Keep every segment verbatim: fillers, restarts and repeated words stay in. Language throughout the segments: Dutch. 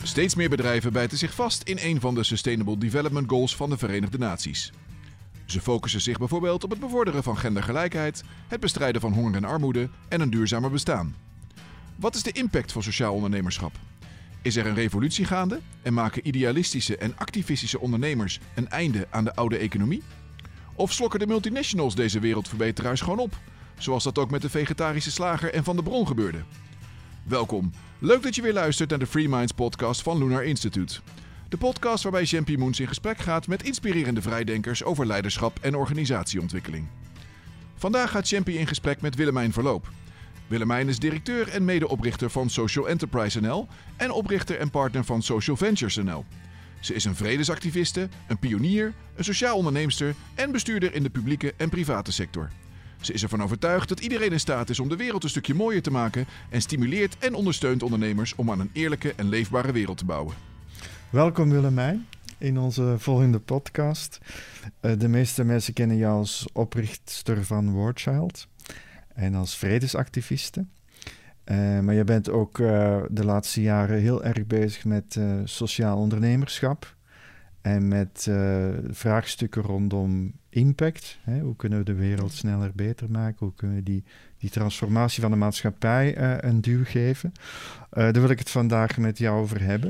Steeds meer bedrijven bijten zich vast in een van de Sustainable Development Goals van de Verenigde Naties. Ze focussen zich bijvoorbeeld op het bevorderen van gendergelijkheid, het bestrijden van honger en armoede en een duurzamer bestaan. Wat is de impact van sociaal ondernemerschap? Is er een revolutie gaande en maken idealistische en activistische ondernemers een einde aan de oude economie? Of slokken de multinationals deze wereldverbeteraars gewoon op, zoals dat ook met de vegetarische slager en Van de Bron gebeurde? Welkom, leuk dat je weer luistert naar de Free Minds podcast van Lunar Institute. De podcast waarbij Jean-P. Moens in gesprek gaat met inspirerende vrijdenkers over leiderschap en organisatieontwikkeling. Vandaag gaat Jean-P. in gesprek met Willemijn Verloop. Willemijn is directeur en medeoprichter van Social Enterprise N L en oprichter en partner van Social Ventures N L. Ze is een vredesactiviste, een pionier, een sociaal onderneemster en bestuurder in de publieke en private sector. Ze is ervan overtuigd dat iedereen in staat is om de wereld een stukje mooier te maken en stimuleert en ondersteunt ondernemers om aan een eerlijke en leefbare wereld te bouwen. Welkom Willemijn in onze volgende podcast. Uh, de meeste mensen kennen jou als oprichter van War Child en als vredesactiviste. Uh, maar je bent ook uh, de laatste jaren heel erg bezig met uh, sociaal ondernemerschap en met uh, vraagstukken rondom impact. Hè? Hoe kunnen we de wereld sneller beter maken? Hoe kunnen we die, die transformatie van de maatschappij uh, een duw geven? Uh, daar wil ik het vandaag met jou over hebben.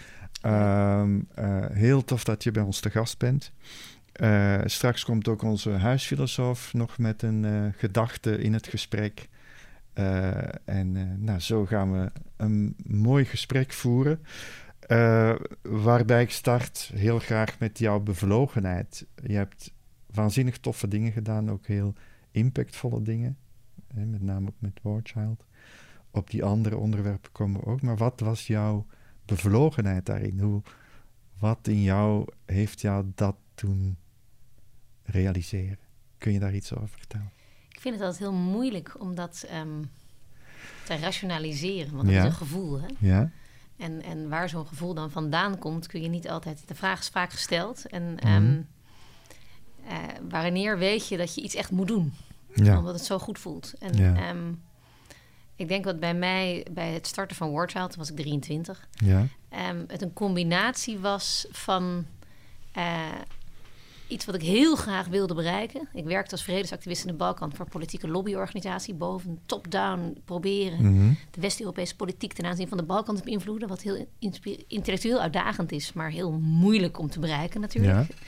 Uh, uh, heel tof dat je bij ons te gast bent. Uh, straks komt ook onze huisfilosoof nog met een uh, gedachte in het gesprek. Uh, en uh, nou, zo gaan we een mooi gesprek voeren. Uh, waarbij ik start heel graag met jouw bevlogenheid. Je hebt waanzinnig toffe dingen gedaan, ook heel impactvolle dingen. Hè, met name ook met War Child. Op die andere onderwerpen komen we ook. Maar wat was jouw bevlogenheid daarin? Hoe, wat in jou heeft jou dat doen realiseren? Kun je daar iets over vertellen? Ik vind het altijd heel moeilijk om dat um, te rationaliseren. Want dat ja. is een gevoel, hè? Ja. En, en waar zo'n gevoel dan vandaan komt, kun je niet altijd... De vraag is vaak gesteld. En Mm. um, uh, wanneer weet je dat je iets echt moet doen? Ja. Omdat het zo goed voelt. En Ja. um, ik denk wat bij mij, bij het starten van War Child, toen was ik drieëntwintig... Ja. Um, het een combinatie was van... Uh, iets wat ik heel graag wilde bereiken. Ik werkte als vredesactivist in de Balkan voor een politieke lobbyorganisatie. Boven top-down proberen Mm-hmm. de West-Europese politiek ten aanzien van de Balkan te beïnvloeden. Wat heel inspi- intellectueel uitdagend is, maar heel moeilijk om te bereiken natuurlijk. Ja.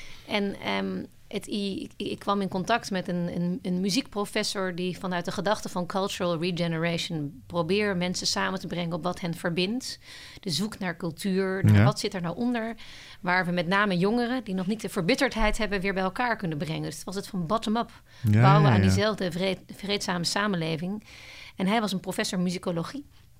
En um, het, ik, ik kwam in contact met een, een, een muziekprofessor die vanuit de gedachte van cultural regeneration probeert mensen samen te brengen op wat hen verbindt. De zoek naar cultuur, naar Ja. wat zit er nou onder, waar we met name jongeren die nog niet de verbitterdheid hebben weer bij elkaar kunnen brengen. Dus het was het van bottom-up, Ja, bouwen ja, aan ja. diezelfde vreed, vreedzame samenleving. En hij was een professor musicologie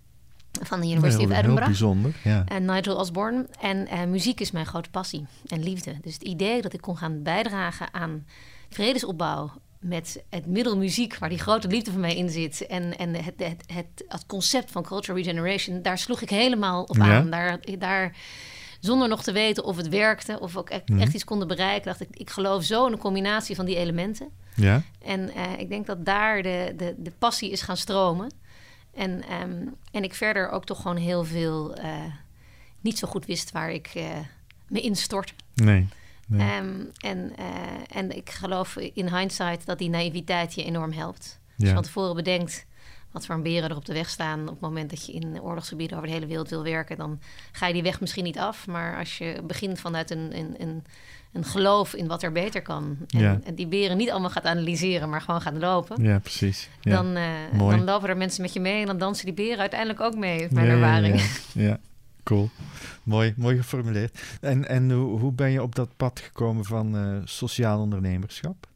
van de University heel, of heel Edinburgh. bijzonder, ja. En Nigel Osborne. En uh, muziek is mijn grote passie en liefde. Dus het idee dat ik kon gaan bijdragen aan vredesopbouw met het middel muziek, waar die grote liefde van mij in zit, en, en het, het, het, het concept van cultural regeneration, daar sloeg ik helemaal op Ja. aan. Daar, daar, zonder nog te weten of het werkte, of we ook echt, Mhm. echt iets konden bereiken, dacht ik, ik geloof zo in een combinatie van die elementen. Ja. En uh, ik denk dat daar de, de, de passie is gaan stromen. En, um, en ik verder ook toch gewoon heel veel uh, niet zo goed wist waar ik uh, me instortte. Nee. nee. Um, en, uh, en ik geloof in hindsight dat die naïviteit je enorm helpt. Als Ja. je van tevoren bedenkt wat voor een beren er op de weg staan op het moment dat je in oorlogsgebieden over de hele wereld wil werken, dan ga je die weg misschien niet af. Maar als je begint vanuit een, een, een, een geloof in wat er beter kan, en, Ja. en die beren niet allemaal gaat analyseren, maar gewoon gaat lopen, Ja, precies. Ja. dan, uh, Mooi. dan lopen er mensen met je mee en dan dansen die beren uiteindelijk ook mee, is mijn ja, ervaring. Ja, ja. ja, cool. Mooi, mooi geformuleerd. En, en hoe, hoe ben je op dat pad gekomen van uh, sociaal ondernemerschap?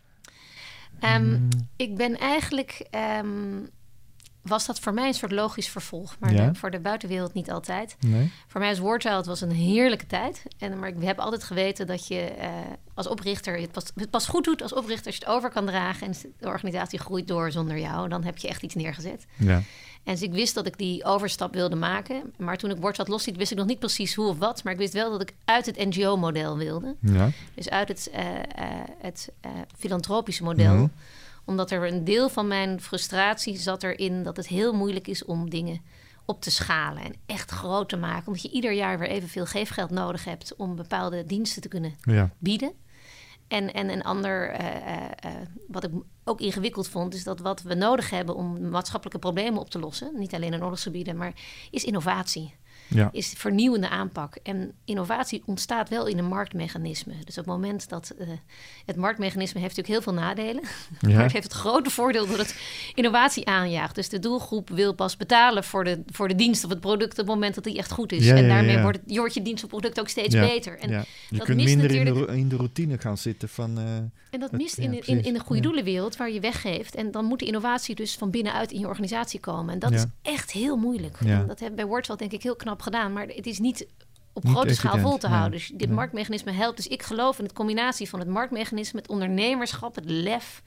Um, Mm. Ik ben eigenlijk... Um, was dat voor mij een soort logisch vervolg. Maar Ja. de, voor de buitenwereld niet altijd. Nee? Voor mij als War Child was een heerlijke tijd. En, maar ik heb altijd geweten dat je uh, als oprichter... Het pas, het pas goed doet als oprichter als je het over kan dragen... en de organisatie groeit door zonder jou. Dan heb je echt iets neergezet. Ja. En dus ik wist dat ik die overstap wilde maken. Maar toen ik War Child losliet, wist ik nog niet precies hoe of wat. Maar ik wist wel dat ik uit het N G O-model wilde. Ja. Dus uit het, uh, uh, het uh, filantropische model... Mm-hmm. Omdat er een deel van mijn frustratie zat erin dat het heel moeilijk is om dingen op te schalen en echt groot te maken. Omdat je ieder jaar weer evenveel geefgeld nodig hebt om bepaalde diensten te kunnen Ja. bieden. En, en een ander, uh, uh, uh, wat ik ook ingewikkeld vond, is dat wat we nodig hebben om maatschappelijke problemen op te lossen, niet alleen in oorlogsgebieden, maar is innovatie. Ja. Is vernieuwende aanpak. En innovatie ontstaat wel in een marktmechanisme. Dus op het moment dat uh, het marktmechanisme heeft natuurlijk heel veel nadelen. Ja. Maar het heeft het grote voordeel dat het innovatie aanjaagt. Dus de doelgroep wil pas betalen voor de, voor de dienst of het product op het moment dat die echt goed is. Ja, ja, en daarmee ja, ja. wordt, het, wordt je dienst of product ook steeds Ja. beter. En Ja. Je dat kunt mist minder in de, natuurlijk- ro- in de routine gaan zitten van... eh, En dat Het- mist ja, in, de, in, precies. in de goede Ja. doelenwereld waar je weggeeft. En dan moet de innovatie dus van binnenuit in je organisatie komen. En dat Ja. is echt heel moeilijk. Ja. En dat hebben we bij Wordchild denk ik heel knap gedaan. Maar het is niet op Niet grote schaal evident, vol te nee. houden. Dus dit Nee. marktmechanisme helpt. Dus ik geloof in de combinatie van het marktmechanisme, het ondernemerschap, het lef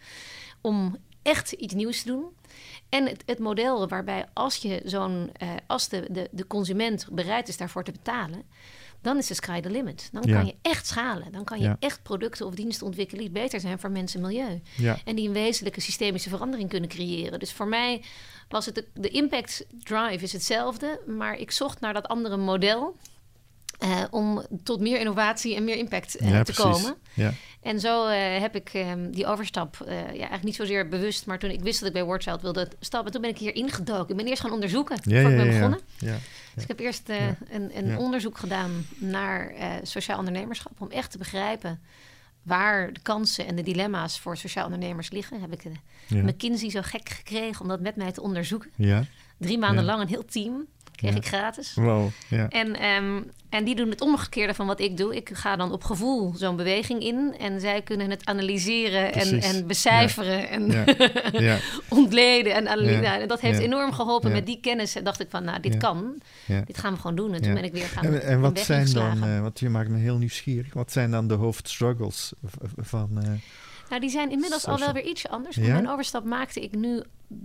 om echt iets nieuws te doen. En het, het model waarbij als je zo'n, uh, als de, de, de consument bereid is daarvoor te betalen, dan is de sky the limit. Dan Ja. kan je echt schalen. Dan kan je Ja. echt producten of diensten ontwikkelen die beter zijn voor mensen en milieu. ja. En die een wezenlijke systemische verandering kunnen creëren. Dus voor mij was het de, de impact drive is hetzelfde, maar ik zocht naar dat andere model uh, om tot meer innovatie en meer impact uh, ja, te precies. komen. Ja. En zo uh, heb ik um, die overstap, uh, ja, eigenlijk niet zozeer bewust, maar toen ik wist dat ik bij Wordchild wilde stappen, toen ben ik hier ingedoken. Ik ben eerst gaan onderzoeken Ja, voor ja, ik ben ja, begonnen. ja. Ja. Dus ik heb eerst uh, Ja. een, een Ja. onderzoek gedaan naar uh, sociaal ondernemerschap, om echt te begrijpen waar de kansen en de dilemma's voor sociaal ondernemers liggen. Heb ik uh, Ja. McKinsey zo gek gekregen om dat met mij te onderzoeken. Ja. Drie maanden Ja. lang een heel team kreeg Ja. ik gratis. Wow. Ja. En, um, en die doen het omgekeerde van wat ik doe. Ik ga dan op gevoel zo'n beweging in. En zij kunnen het analyseren en, Precies. en becijferen Ja. en Ja. Ja. ontleden. En, analy- Ja. nou, en dat heeft Ja. enorm geholpen. Ja. Met die kennis dacht ik van, nou, dit Ja. kan. Ja. Dit gaan we gewoon doen. En toen Ja. ben ik weer gaan En, en een wat weg zijn dan, ingeslagen. uh, want je maakt me heel nieuwsgierig, wat zijn dan de hoofdstruggles v- van... Uh, Nou, die zijn inmiddels al Social- wel weer ietsje anders. Ja? Want mijn overstap maakte ik nu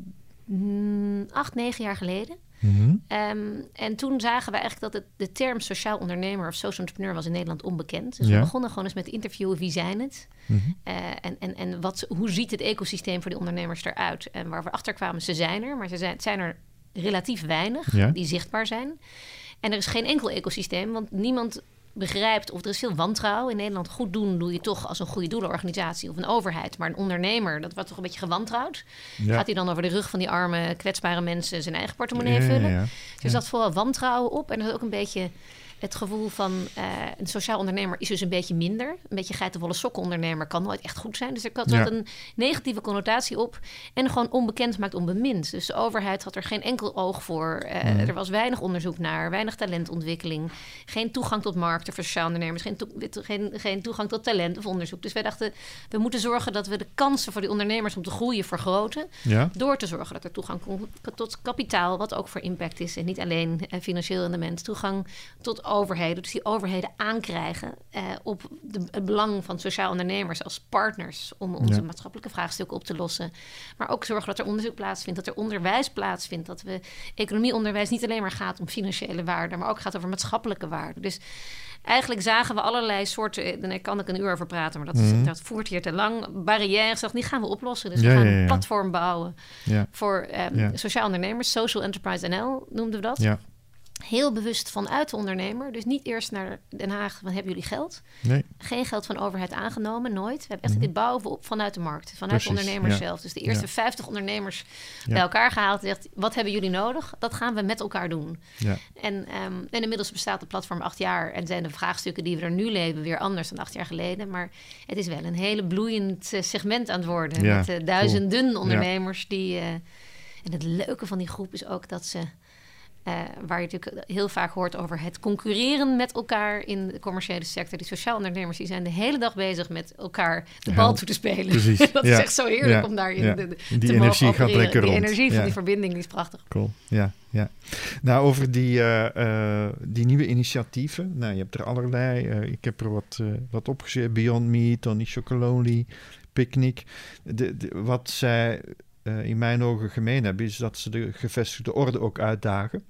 mm, acht, negen jaar geleden. mm-hmm. Um, en toen zagen we eigenlijk dat het, de term sociaal ondernemer of social entrepreneur was in Nederland onbekend. Dus Ja. we begonnen gewoon eens met interviewen wie zijn het? Mm-hmm. Uh, en en, en wat, hoe ziet het ecosysteem voor die ondernemers eruit? En waar we achter kwamen, ze zijn er, maar ze zijn, het zijn er relatief weinig Ja. die zichtbaar zijn. En er is geen enkel ecosysteem, want niemand begrijpt of er is veel wantrouwen. In Nederland goed doen doe je toch als een goede doelenorganisatie of een overheid. Maar een ondernemer, dat wordt toch een beetje gewantrouwd. Ja. Gaat hij dan over de rug van die arme, kwetsbare mensen zijn eigen portemonnee Ja, ja, vullen? ja. Dus Ja. er zat vooral wantrouwen op. En er is ook een beetje het gevoel van uh, een sociaal ondernemer is dus een beetje minder. Een beetje geitenwolle sokken ondernemer kan nooit echt goed zijn. Dus er zat Ja. een negatieve connotatie op. En gewoon onbekend maakt onbemind. Dus de overheid had er geen enkel oog voor. Uh, Mm. Er was weinig onderzoek naar, weinig talentontwikkeling. Geen toegang tot markten voor sociaal ondernemers. Geen, toe- geen, geen toegang tot talent of onderzoek. Dus wij dachten, we moeten zorgen dat we de kansen voor die ondernemers om te groeien vergroten. Ja? Door te zorgen dat er toegang komt tot kapitaal, wat ook voor impact is. En niet alleen uh, financieel rendement. Toegang tot overheden. Dus die overheden aankrijgen uh, op de, het belang van sociaal ondernemers als partners om onze Ja. maatschappelijke vraagstukken op te lossen. Maar ook zorgen dat er onderzoek plaatsvindt, dat er onderwijs plaatsvindt. Dat we economieonderwijs niet alleen maar gaat om financiële waarden, maar ook gaat over maatschappelijke waarden. Dus eigenlijk zagen we allerlei soorten, daar kan ik een uur over praten, maar dat, is, Mhm. dat voert hier te lang. Barrières, die gaan we oplossen. Dus Ja, we gaan ja, ja. een platform bouwen Ja. voor um, Ja. sociaal ondernemers. Social Enterprise N L noemden we dat. Ja. Heel bewust vanuit de ondernemer. Dus niet eerst naar Den Haag, van hebben jullie geld? Nee. Geen geld van de overheid aangenomen, nooit. We hebben echt Mhm. dit bouwen we op vanuit de markt. Vanuit de Precies, ondernemers ja. zelf. Dus de eerste Ja. vijftig ondernemers Ja. bij elkaar gehaald. En zegt, wat hebben jullie nodig? Dat gaan we met elkaar doen. Ja. En, um, en inmiddels bestaat de platform acht jaar. En zijn de vraagstukken die we er nu leven weer anders dan acht jaar geleden. Maar het is wel een hele bloeiend uh, segment aan het worden. Ja, met uh, duizenden cool. ondernemers die... Uh, en het leuke van die groep is ook dat ze... Uh, waar je natuurlijk heel vaak hoort over het concurreren met elkaar in de commerciële sector. Die sociaal ondernemers die zijn de hele dag bezig met elkaar de bal Help. toe te spelen. Precies. Dat ja. is echt zo heerlijk Ja. om daarin Ja. de, de, Die te energie mogen gaat opereren. lekker Die rond. energie van Ja. die verbinding die is prachtig. Cool, ja, ja. Nou, over die, uh, uh, die nieuwe initiatieven. Nou, je hebt er allerlei. Uh, ik heb er wat, uh, wat opgezet. Beyond Meat, Tony Chocolonely, Picnic. De, de, wat zij uh, in mijn ogen gemeen hebben, is dat ze de gevestigde orde ook uitdagen.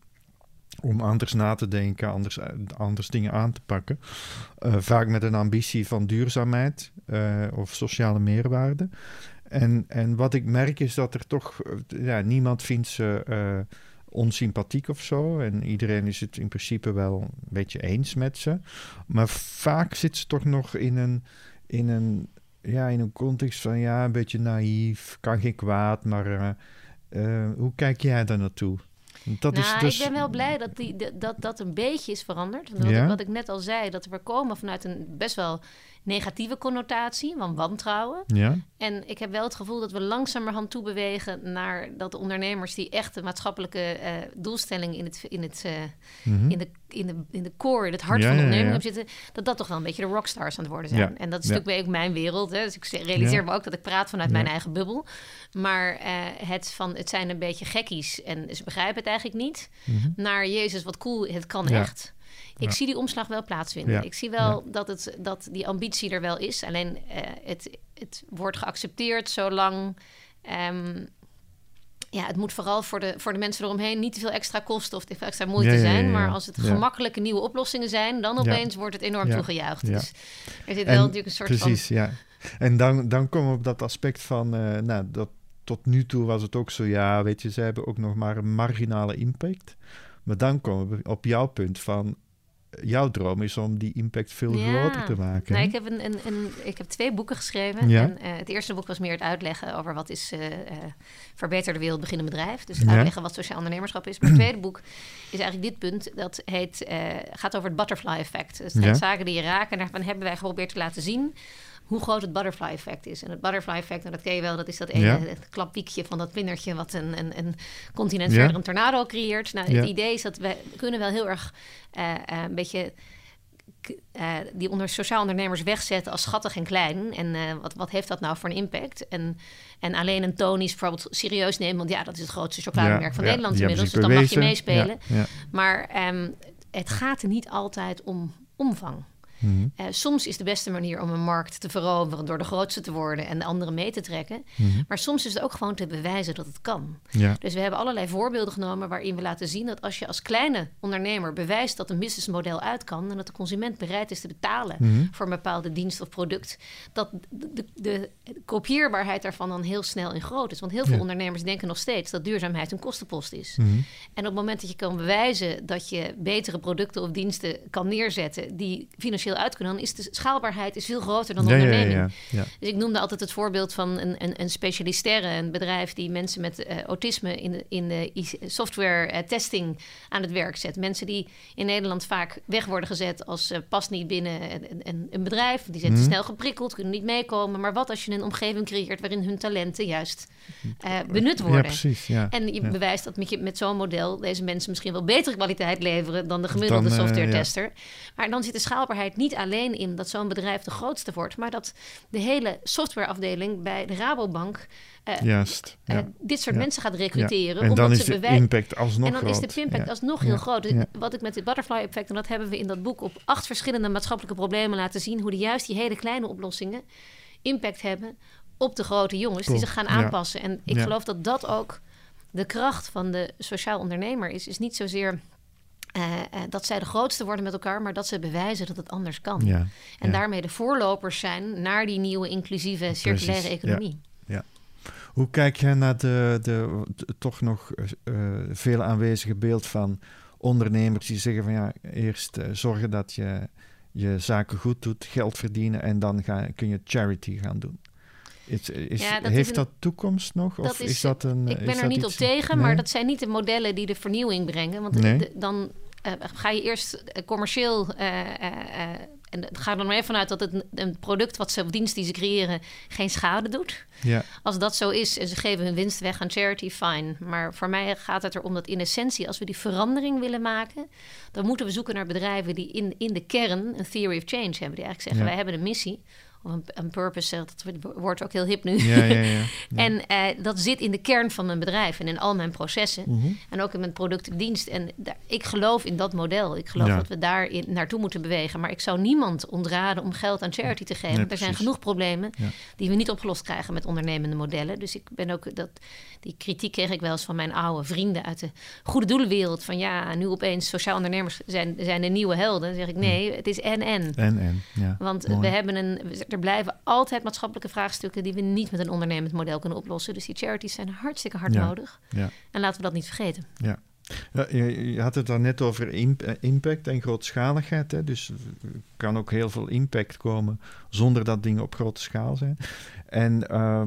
Om anders na te denken, anders, anders dingen aan te pakken. Uh, vaak met een ambitie van duurzaamheid uh, of sociale meerwaarde. En, en wat ik merk is dat er toch... Ja, niemand vindt ze uh, onsympathiek of zo. En iedereen is het in principe wel een beetje eens met ze. Maar vaak zit ze toch nog in een, in een, ja, in een context van ja, een beetje naïef, kan geen kwaad, maar uh, uh, hoe kijk jij daar naartoe? Dat nou, is dus... ik ben wel blij dat, die, dat dat een beetje is veranderd. Want ja? wat, wat ik net al zei, dat we komen vanuit een best wel negatieve connotatie van wantrouwen. Ja? En ik heb wel het gevoel dat we langzamerhand toebewegen naar dat de ondernemers die echt de maatschappelijke uh, doelstelling in het, in het uh, mm-hmm. in de in de in de core, in het hart ja, van de onderneming ja, ja. hebben zitten, dat dat toch wel een beetje de rockstars aan het worden zijn. Ja. En dat is ja. natuurlijk ook mijn wereld. Hè? Dus ik realiseer ja. me ook dat ik praat vanuit ja. mijn eigen bubbel. Maar uh, het van het zijn een beetje gekkies en ze begrijpen het eigenlijk niet. Mm-hmm. Naar Jezus, wat cool, het kan ja. echt. Ik ja. zie die omslag wel plaatsvinden. Ja. Ik zie wel ja. dat, het, dat die ambitie er wel is. Alleen uh, het, het wordt geaccepteerd zolang... Um, ja, het moet vooral voor de, voor de mensen eromheen niet te veel extra kosten of te veel extra moeite ja, ja, ja, ja. zijn. Maar als het ja. gemakkelijke nieuwe oplossingen zijn, dan opeens ja. wordt het enorm ja. toegejuicht. Ja. Dus er zit wel en, natuurlijk een soort precies, van... ja. En dan, dan komen we op dat aspect van... Uh, nou, dat, tot nu toe was het ook zo, ja, weet je, ze hebben ook nog maar een marginale impact. Maar dan komen we op jouw punt van... Jouw droom is om die impact veel ja. groter te maken. Nou, ik, heb een, een, een, ik heb twee boeken geschreven. Ja. En, uh, het eerste boek was meer het uitleggen over wat is uh, uh, Verbeter de wereld, begin een bedrijf. Dus het ja. uitleggen wat sociaal ondernemerschap is. Maar het tweede boek is eigenlijk dit punt. Dat heet, uh, gaat over het butterfly effect. Dus het ja. zaken die je raken. En daarvan hebben wij geprobeerd te laten zien... hoe groot het butterfly effect is. En het butterfly effect, nou, dat ken je wel, dat is dat ene ja. klapwiekje van dat vlindertje wat een, een, een continent ja. verder een tornado creëert. Nou, ja. het idee is dat we kunnen wel heel erg uh, uh, een beetje uh, die onder sociaal ondernemers wegzetten als schattig en klein. En uh, wat, wat heeft dat nou voor een impact? En, en alleen een Tony's bijvoorbeeld serieus nemen, want ja, dat is het grootste chocolademerk ja, van ja, Nederland inmiddels. Dus dan mag je meespelen. Ja, ja. Maar um, het gaat er niet altijd om omvang. Mm-hmm. Uh, soms is de beste manier om een markt te veroveren door de grootste te worden en de anderen mee te trekken. Mm-hmm. Maar soms is het ook gewoon te bewijzen dat het kan. Ja. Dus we hebben allerlei voorbeelden genomen waarin we laten zien dat als je als kleine ondernemer bewijst dat een businessmodel uit kan en dat de consument bereid is te betalen mm-hmm. voor een bepaalde dienst of product, dat de, de, de kopieerbaarheid daarvan dan heel snel en groot is. Want heel veel ja. ondernemers denken nog steeds dat duurzaamheid een kostenpost is. Mm-hmm. En op het moment dat je kan bewijzen dat je betere producten of diensten kan neerzetten die financieel uit kunnen, dan is de schaalbaarheid is veel groter dan de ja, onderneming. Ja, ja, ja. Dus ik noemde altijd het voorbeeld van een, een, een specialistaire, een bedrijf die mensen met uh, autisme in de, in de software uh, testing aan het werk zet. Mensen die in Nederland vaak weg worden gezet als uh, past niet binnen een, een, een bedrijf. Die zijn mm. te snel geprikkeld, kunnen niet meekomen. Maar wat als je een omgeving creëert waarin hun talenten juist uh, benut worden? Ja, precies. Ja, en je ja. bewijst dat met, je, met zo'n model deze mensen misschien wel betere kwaliteit leveren dan de gemiddelde dan, uh, software tester. Ja. Maar dan zit de schaalbaarheid niet alleen in dat zo'n bedrijf de grootste wordt, maar dat de hele softwareafdeling bij de Rabobank uh, Juist, ja. uh, dit soort ja. mensen gaat recruteren. Ja. En omdat dan ze is de bewij- impact alsnog En dan groot. is de impact ja. alsnog heel ja. groot. Dus ja. wat ik met dit butterfly effect, en dat hebben we in dat boek op acht verschillende maatschappelijke problemen laten zien, hoe die juist die hele kleine oplossingen impact hebben op de grote jongens cool. die zich gaan aanpassen. Ja. En ik ja. geloof dat dat ook de kracht van de sociaal ondernemer is. Is niet zozeer Uh, uh, dat zij de grootste worden met elkaar, maar dat ze bewijzen dat het anders kan. Ja, en ja. daarmee de voorlopers zijn naar die nieuwe inclusieve circulaire Precies, economie. Ja, ja. Hoe kijk jij naar de, de, de toch nog uh, veel aanwezige beeld van ondernemers die zeggen van ja, eerst uh, zorgen dat je je zaken goed doet, geld verdienen en dan ga, kun je charity gaan doen. Is, is, ja, dat heeft is een, dat toekomst nog? Of dat is, is dat een, ik ben is er dat niet iets? op tegen, nee? maar dat zijn niet de modellen die de vernieuwing brengen. Want nee. de, dan uh, ga je eerst uh, commercieel... Uh, uh, uh, en het gaat er maar even vanuit dat het een product wat ze of dienst die ze creëren geen schade doet. Ja. Als dat zo is en ze geven hun winst weg aan charity, fine. Maar voor mij gaat het erom dat in essentie, als we die verandering willen maken, dan moeten we zoeken naar bedrijven die in, in de kern een theory of change hebben. Die eigenlijk zeggen, ja. wij hebben een missie. Of een, een purpose, dat wordt ook heel hip nu. Ja, ja, ja, ja. En uh, dat zit in de kern van mijn bedrijf en in al mijn processen. Mm-hmm. En ook in mijn product en dienst. En daar, ik geloof in dat model. Ik geloof ja. dat we daar in, naartoe moeten bewegen. Maar ik zou niemand ontraden om geld aan charity te geven. Nee, er zijn genoeg problemen ja. die we niet opgelost krijgen met ondernemende modellen. Dus ik ben ook dat die kritiek kreeg ik wel eens van mijn oude vrienden uit de goede doelenwereld. Van ja, nu opeens sociaal ondernemers zijn, zijn de nieuwe helden. Dan zeg ik nee, het is en en. En en, ja. Want Mooi. we hebben een... Er blijven altijd maatschappelijke vraagstukken die we niet met een ondernemend model kunnen oplossen. Dus die charities zijn hartstikke hard ja. nodig. Ja. En laten we dat niet vergeten. Ja. Ja, je, je had het daar net over imp- impact en grootschaligheid. Hè? Dus er kan ook heel veel impact komen zonder dat dingen op grote schaal zijn. En uh,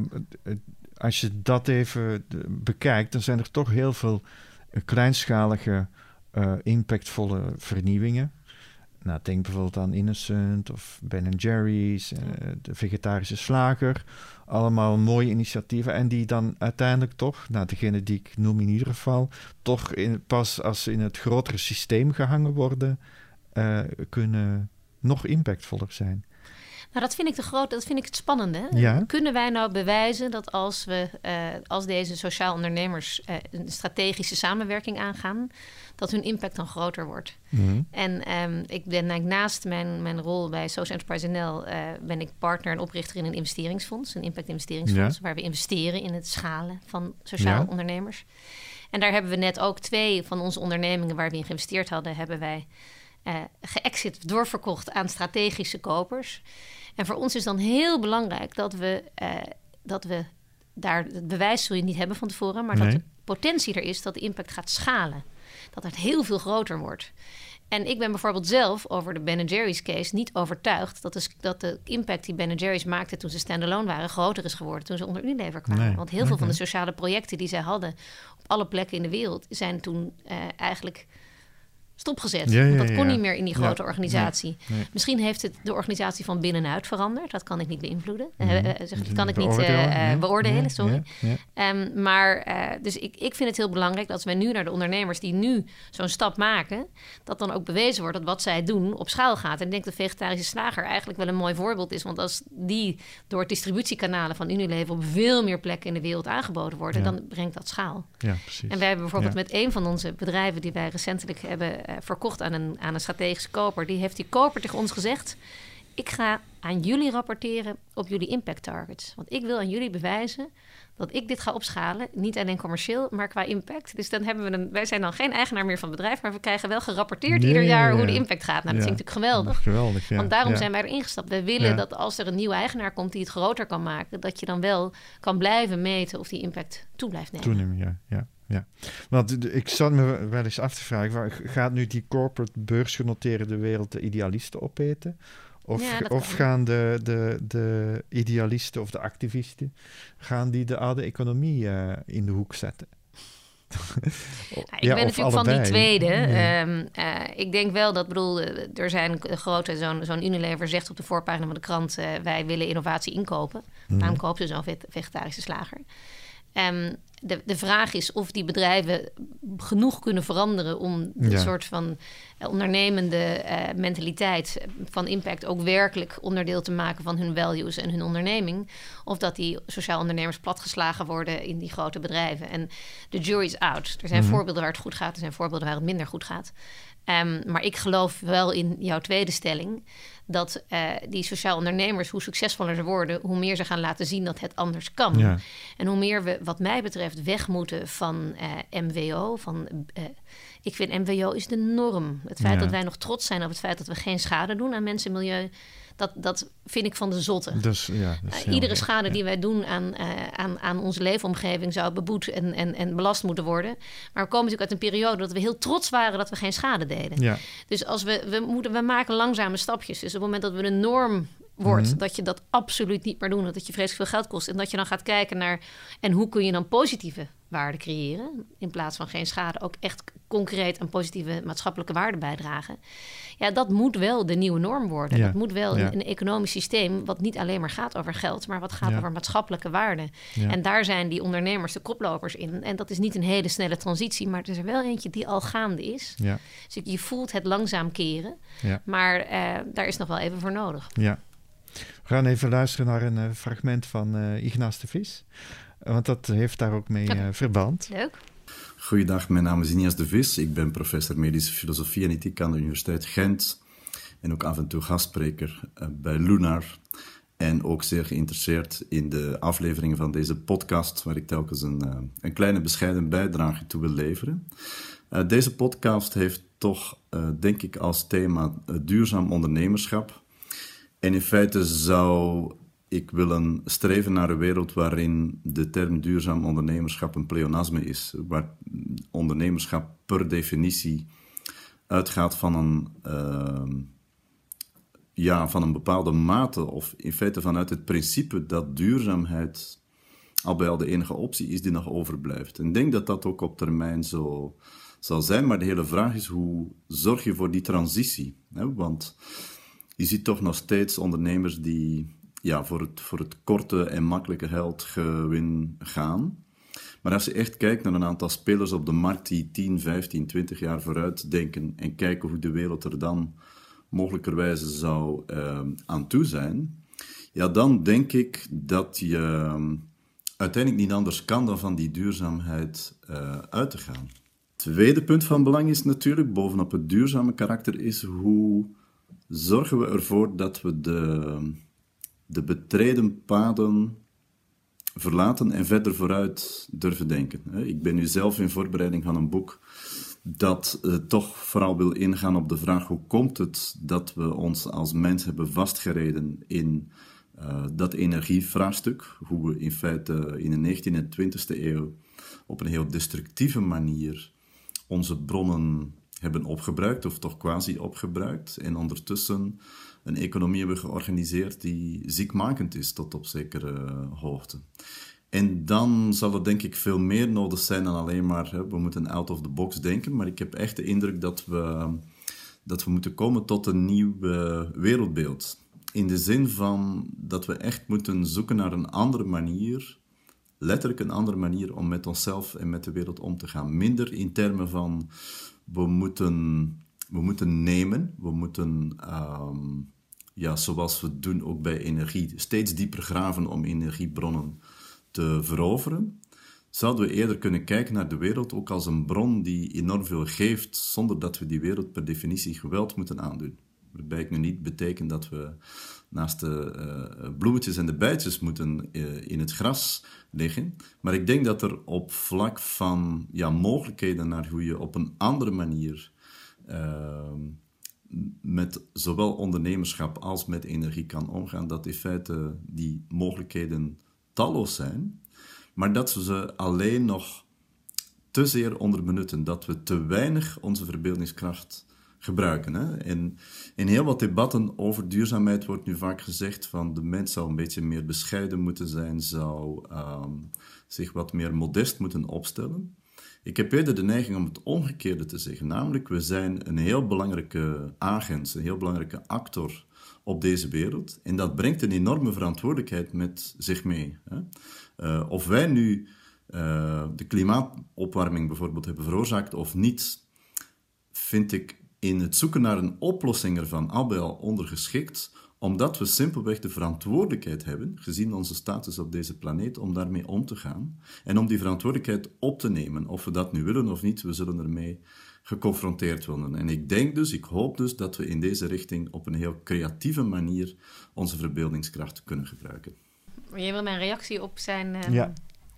als je dat even bekijkt, dan zijn er toch heel veel kleinschalige, uh, impactvolle vernieuwingen. Nou, denk bijvoorbeeld aan Innocent of Ben en Jerry's, uh, de vegetarische slager. Allemaal mooie initiatieven en die dan uiteindelijk toch, nou degene die ik noem in ieder geval, toch in, pas als ze in het grotere systeem gehangen worden, uh, kunnen nog impactvoller zijn. Nou, dat vind ik de grote, dat vind ik het spannende. Ja? Kunnen wij nou bewijzen dat als we, uh, als deze sociaal ondernemers uh, een strategische samenwerking aangaan, dat hun impact dan groter wordt? Mm-hmm. En um, ik ben eigenlijk naast mijn, mijn rol bij Social Enterprise N L uh, ben ik partner en oprichter in een investeringsfonds, een impact investeringsfonds, Ja. waar we investeren in het schalen van sociaal Ja. ondernemers. En daar hebben we net ook twee van onze ondernemingen waar we in geïnvesteerd hadden, hebben wij uh, geëxit, doorverkocht aan strategische kopers. En voor ons is dan heel belangrijk dat we, uh, dat we daar, het bewijs zul je niet hebben van tevoren, maar Nee. dat de potentie er is dat de impact gaat schalen. Dat het heel veel groter wordt. En ik ben bijvoorbeeld zelf over de Ben Jerry's case niet overtuigd dat de, dat de impact die Ben Jerry's maakte toen ze standalone waren groter is geworden toen ze onder Unilever kwamen. Nee. Want heel veel Okay. van de sociale projecten die zij hadden op alle plekken in de wereld zijn toen uh, eigenlijk stopgezet. Ja, ja, Want dat kon ja. niet meer in die grote Ja. organisatie. Nee, nee. Misschien heeft het de organisatie van binnenuit veranderd. Dat kan ik niet beïnvloeden. Mhm. Uh, uh, zeg, dat kan ik niet uh, Beoordelen, uh, nee. beoordelen, Nee, sorry. ja, ja. Um, maar uh, dus ik, ik vind het heel belangrijk dat wij nu naar de ondernemers die nu zo'n stap maken, dat dan ook bewezen wordt dat wat zij doen op schaal gaat. En ik denk dat de vegetarische slager eigenlijk wel een mooi voorbeeld is. Want als die door distributiekanalen van Unilever op veel meer plekken in de wereld aangeboden worden, Ja. dan brengt dat schaal. Ja, precies. En wij hebben bijvoorbeeld Ja. met een van onze bedrijven die wij recentelijk hebben uh, verkocht aan een, aan een strategische koper, die heeft die koper tegen ons gezegd: ik ga aan jullie rapporteren op jullie impact targets. Want ik wil aan jullie bewijzen dat ik dit ga opschalen. Niet alleen commercieel, maar qua impact. Dus dan hebben we een, wij zijn dan geen eigenaar meer van het bedrijf, maar we krijgen wel gerapporteerd Ja, ieder jaar ja, ja. hoe de impact gaat. Nou, dat Ja. vind ik natuurlijk geweldig. Geweldig, ja. Want daarom ja. zijn wij erin gestapt. We willen Ja. dat als er een nieuwe eigenaar komt die het groter kan maken, dat je dan wel kan blijven meten of die impact toe blijft nemen. Toenemen, ja. ja. Ja, want d- ik zat me wel eens af te vragen, waar- gaat nu die corporate beursgenoteerde wereld de idealisten opeten? Of, Ja, dat of kan. gaan de, de, de idealisten of de activisten, gaan die de oude economie uh, in de hoek zetten? Ja, ik ben natuurlijk van die tweede. Nee. Um, uh, ik denk wel dat, bedoel, er zijn grote, zo'n, zo'n Unilever zegt op de voorpagina van de krant, uh, wij willen innovatie inkopen. Mm. Daarom kopen ze zo'n vet, vegetarische slager. Um, de, de vraag is of die bedrijven genoeg kunnen veranderen om een Ja. soort van uh, ondernemende uh, mentaliteit van impact ook werkelijk onderdeel te maken van hun values en hun onderneming. Of dat die sociaal ondernemers platgeslagen worden in die grote bedrijven. En de jury is out. Er zijn Mhm. voorbeelden waar het goed gaat, er zijn voorbeelden waar het minder goed gaat. Um, maar ik geloof wel in jouw tweede stelling, dat uh, die sociaal ondernemers, hoe succesvoller ze worden, hoe meer ze gaan laten zien dat het anders kan. Ja. En hoe meer we, wat mij betreft, weg moeten van uh, M W O. Van, uh, ik vind M W O is de norm. Het feit Ja. dat wij nog trots zijn op het feit dat we geen schade doen aan mensen en milieu, dat, dat vind ik van de zotte. Dus, ja, dat is Uh, heel iedere erg, schade ja. die wij doen aan, uh, aan, aan onze leefomgeving zou beboet en, en, en belast moeten worden. Maar we komen natuurlijk uit een periode dat we heel trots waren dat we geen schade deden. Ja. Dus als we, we, moeten, we maken langzame stapjes. Dus op het moment dat we een norm wordt, Mhm. dat je dat absoluut niet meer doet, dat je vreselijk veel geld kost. En dat je dan gaat kijken naar, en hoe kun je dan positieve waarde creëren, in plaats van geen schade, ook echt concreet aan positieve maatschappelijke waarde bijdragen. Ja, dat moet wel de nieuwe norm worden. Ja. Dat moet wel Ja. een, een economisch systeem wat niet alleen maar gaat over geld, maar wat gaat Ja. over maatschappelijke waarden. Ja. En daar zijn die ondernemers de koplopers in. En dat is niet een hele snelle transitie, maar het is er wel eentje die al gaande is. Ja. Dus je voelt het langzaam keren. Ja. Maar uh, daar is nog wel even voor nodig. Ja. We gaan even luisteren naar een uh, fragment van uh, Ignace de Vis. Uh, want dat heeft daar ook mee uh, verband. Leuk. Goeiedag, mijn naam is Ignace de Vis. Ik ben professor medische filosofie en ethiek aan de Universiteit Gent. En ook af en toe gastspreker uh, bij Lunar. En ook zeer geïnteresseerd in de afleveringen van deze podcast, waar ik telkens een, uh, een kleine bescheiden bijdrage toe wil leveren. Uh, deze podcast heeft toch, uh, denk ik, als thema uh, duurzaam ondernemerschap. En in feite zou ik willen streven naar een wereld waarin de term duurzaam ondernemerschap een pleonasme is. Waar ondernemerschap per definitie uitgaat van een, uh, ja, van een bepaalde mate, of in feite vanuit het principe dat duurzaamheid al bij al de enige optie is die nog overblijft. En ik denk dat dat ook op termijn zo zal zijn, maar de hele vraag is, hoe zorg je voor die transitie? Hè? Want je ziet toch nog steeds ondernemers die ja, voor, het, voor het korte en makkelijke geldgewin gaan. Maar als je echt kijkt naar een aantal spelers op de markt die tien, vijftien, twintig jaar vooruit denken en kijken hoe de wereld er dan mogelijkerwijze zou uh, aan toe zijn, ja, dan denk ik dat je uh, uiteindelijk niet anders kan dan van die duurzaamheid uh, uit te gaan. Tweede punt van belang is natuurlijk, bovenop het duurzame karakter, is hoe zorgen we ervoor dat we de, de betreden paden verlaten en verder vooruit durven denken. Ik ben nu zelf in voorbereiding van een boek dat uh, toch vooral wil ingaan op de vraag hoe komt het dat we ons als mens hebben vastgereden in uh, dat energievraagstuk, hoe we in feite in de negentiende en twintigste eeuw op een heel destructieve manier onze bronnen hebben opgebruikt, of toch quasi opgebruikt, en ondertussen een economie hebben georganiseerd die ziekmakend is tot op zekere hoogte. En dan zal er denk ik veel meer nodig zijn dan alleen maar, hè, we moeten out of the box denken, maar ik heb echt de indruk dat we, dat we moeten komen tot een nieuw uh, wereldbeeld. In de zin van dat we echt moeten zoeken naar een andere manier, letterlijk een andere manier om met onszelf en met de wereld om te gaan. Minder in termen van we moeten, we moeten nemen, we moeten, um, ja, zoals we doen ook bij energie, steeds dieper graven om energiebronnen te veroveren. Zouden we eerder kunnen kijken naar de wereld ook als een bron die enorm veel geeft, zonder dat we die wereld per definitie geweld moeten aandoen. Waarbij ik nu niet betekent dat we naast de uh, bloemetjes en de bijtjes moeten uh, in het gras liggen. Maar ik denk dat er op vlak van ja, mogelijkheden naar hoe je op een andere manier uh, met zowel ondernemerschap als met energie kan omgaan, dat in feite die mogelijkheden talloos zijn, maar dat we ze alleen nog te zeer onderbenutten, dat we te weinig onze verbeeldingskracht gebruiken. Hè? En in heel wat debatten over duurzaamheid wordt nu vaak gezegd van de mens zou een beetje meer bescheiden moeten zijn, zou um, zich wat meer modest moeten opstellen. Ik heb eerder de neiging om het omgekeerde te zeggen, namelijk we zijn een heel belangrijke agent, een heel belangrijke actor op deze wereld en dat brengt een enorme verantwoordelijkheid met zich mee. Hè? Uh, of wij nu uh, de klimaatopwarming bijvoorbeeld hebben veroorzaakt of niet, vind ik in het zoeken naar een oplossing ervan al bij al ondergeschikt, omdat we simpelweg de verantwoordelijkheid hebben, gezien onze status op deze planeet, om daarmee om te gaan. En om die verantwoordelijkheid op te nemen, of we dat nu willen of niet, we zullen ermee geconfronteerd worden. En ik denk dus, ik hoop dus, dat we in deze richting op een heel creatieve manier onze verbeeldingskracht kunnen gebruiken. Je wil mijn reactie op zijn... Um... Ja.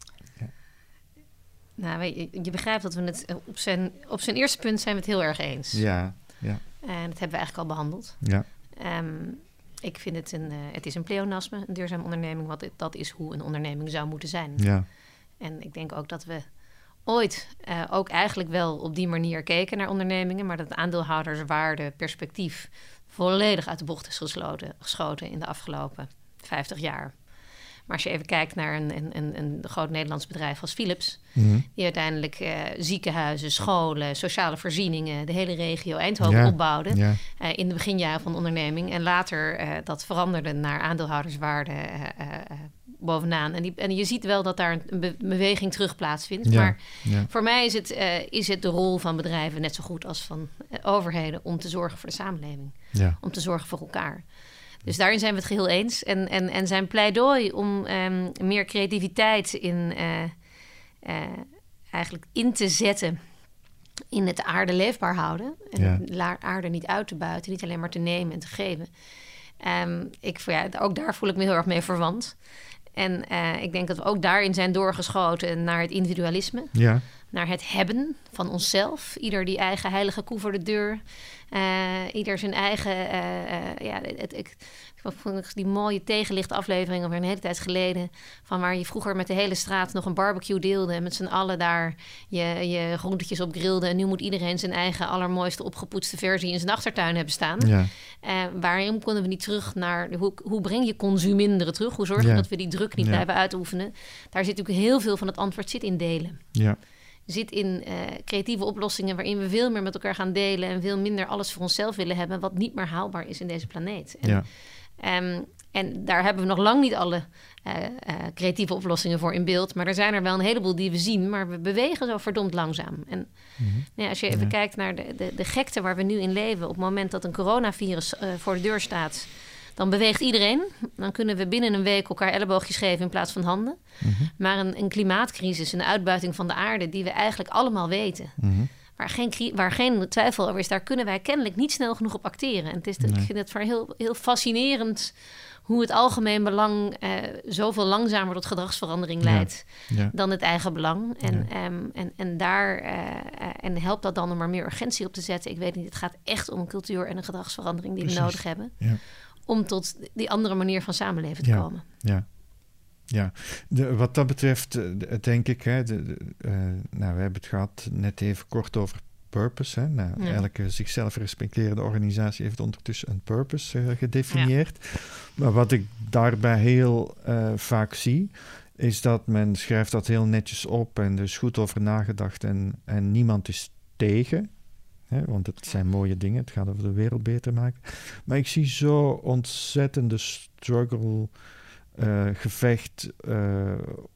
Nou, je, je begrijpt dat we het op zijn, op zijn eerste punt zijn we het heel erg eens. Ja, ja. En dat hebben we eigenlijk al behandeld. Ja. Um, ik vind het een, uh, het is een pleonasme, een duurzame onderneming. Wat dat is hoe een onderneming zou moeten zijn. Ja. En ik denk ook dat we ooit uh, ook eigenlijk wel op die manier keken naar ondernemingen, maar dat het aandeelhouderswaarde perspectief volledig uit de bocht is gesloten, geschoten in de afgelopen vijftig jaar. Maar als je even kijkt naar een, een, een, een groot Nederlands bedrijf als Philips, Mm-hmm. die uiteindelijk uh, ziekenhuizen, scholen, sociale voorzieningen, de hele regio Eindhoven Ja. opbouwden Ja. uh, in de beginjaren van de onderneming. En later uh, dat veranderde naar aandeelhouderswaarde uh, uh, uh, bovenaan. En, die, en je ziet wel dat daar een be- beweging terug plaatsvindt. Ja. Maar Ja. voor mij is het, uh, is het de rol van bedrijven net zo goed als van uh, overheden om te zorgen voor de samenleving. Ja. Om te zorgen voor elkaar. Dus daarin zijn we het geheel eens. En, en, en zijn pleidooi om um, meer creativiteit in, uh, uh, eigenlijk in te zetten in het aarde leefbaar houden. En Ja. de aarde niet uit te buiten, niet alleen maar te nemen en te geven. Um, ik, ja, ook daar voel ik me heel erg mee verwant. En uh, ik denk dat we ook daarin zijn doorgeschoten naar het individualisme. Ja. naar het hebben van onszelf. Ieder die eigen heilige koe voor de deur. Uh, ieder zijn eigen... Uh, uh, ja, het, het, ik vond die mooie tegenlichtaflevering alweer een hele tijd geleden, van waar je vroeger met de hele straat nog een barbecue deelde en met z'n allen daar je, je groentetjes op grilde. En nu moet iedereen zijn eigen allermooiste opgepoetste versie in zijn achtertuin hebben staan. Ja. Uh, waarom konden we niet terug naar... Hoe, hoe breng je consuminderen terug? Hoe zorg je ja. dat we die druk niet ja. blijven uitoefenen? Daar zit natuurlijk heel veel van het antwoord zit in delen. Ja. Zit in uh, creatieve oplossingen waarin we veel meer met elkaar gaan delen en veel minder alles voor onszelf willen hebben, wat niet meer haalbaar is in deze planeet. En, ja. um, en daar hebben we nog lang niet alle uh, uh, creatieve oplossingen voor in beeld, maar er zijn er wel een heleboel die we zien, maar we bewegen zo verdomd langzaam. En mm-hmm. nou ja, als je even ja. kijkt naar de, de, de gekte waar we nu in leven, op het moment dat een coronavirus uh, voor de deur staat, dan beweegt iedereen. Dan kunnen we binnen een week elkaar elleboogjes geven in plaats van handen. Mm-hmm. Maar een, een klimaatcrisis, een uitbuiting van de aarde, die we eigenlijk allemaal weten, mm-hmm. waar, geen, waar geen twijfel over is, daar kunnen wij kennelijk niet snel genoeg op acteren. En het is, nee. ik vind het voor heel, heel fascinerend hoe het algemeen belang uh, zoveel langzamer tot gedragsverandering leidt ja. Ja. dan het eigen belang. En, ja. um, en, en daar uh, uh, en helpt dat dan om er meer urgentie op te zetten. Ik weet niet, het gaat echt om een cultuur en een gedragsverandering die Precies. we nodig hebben. Ja. Om tot die andere manier van samenleven te ja, komen. Ja, ja. De, wat dat betreft, denk ik, hè, de, de, uh, nou, we hebben het gehad net even kort over purpose. Hè. Nou, ja. Elke zichzelf respecterende organisatie heeft ondertussen een purpose uh, gedefinieerd. Ja. Maar wat ik daarbij heel uh, vaak zie, is dat men schrijft dat heel netjes op en er is goed over nagedacht en, en niemand is tegen. He, want het zijn mooie dingen, het gaat over de wereld beter maken. Maar ik zie zo ontzettende struggle, uh, gevecht uh,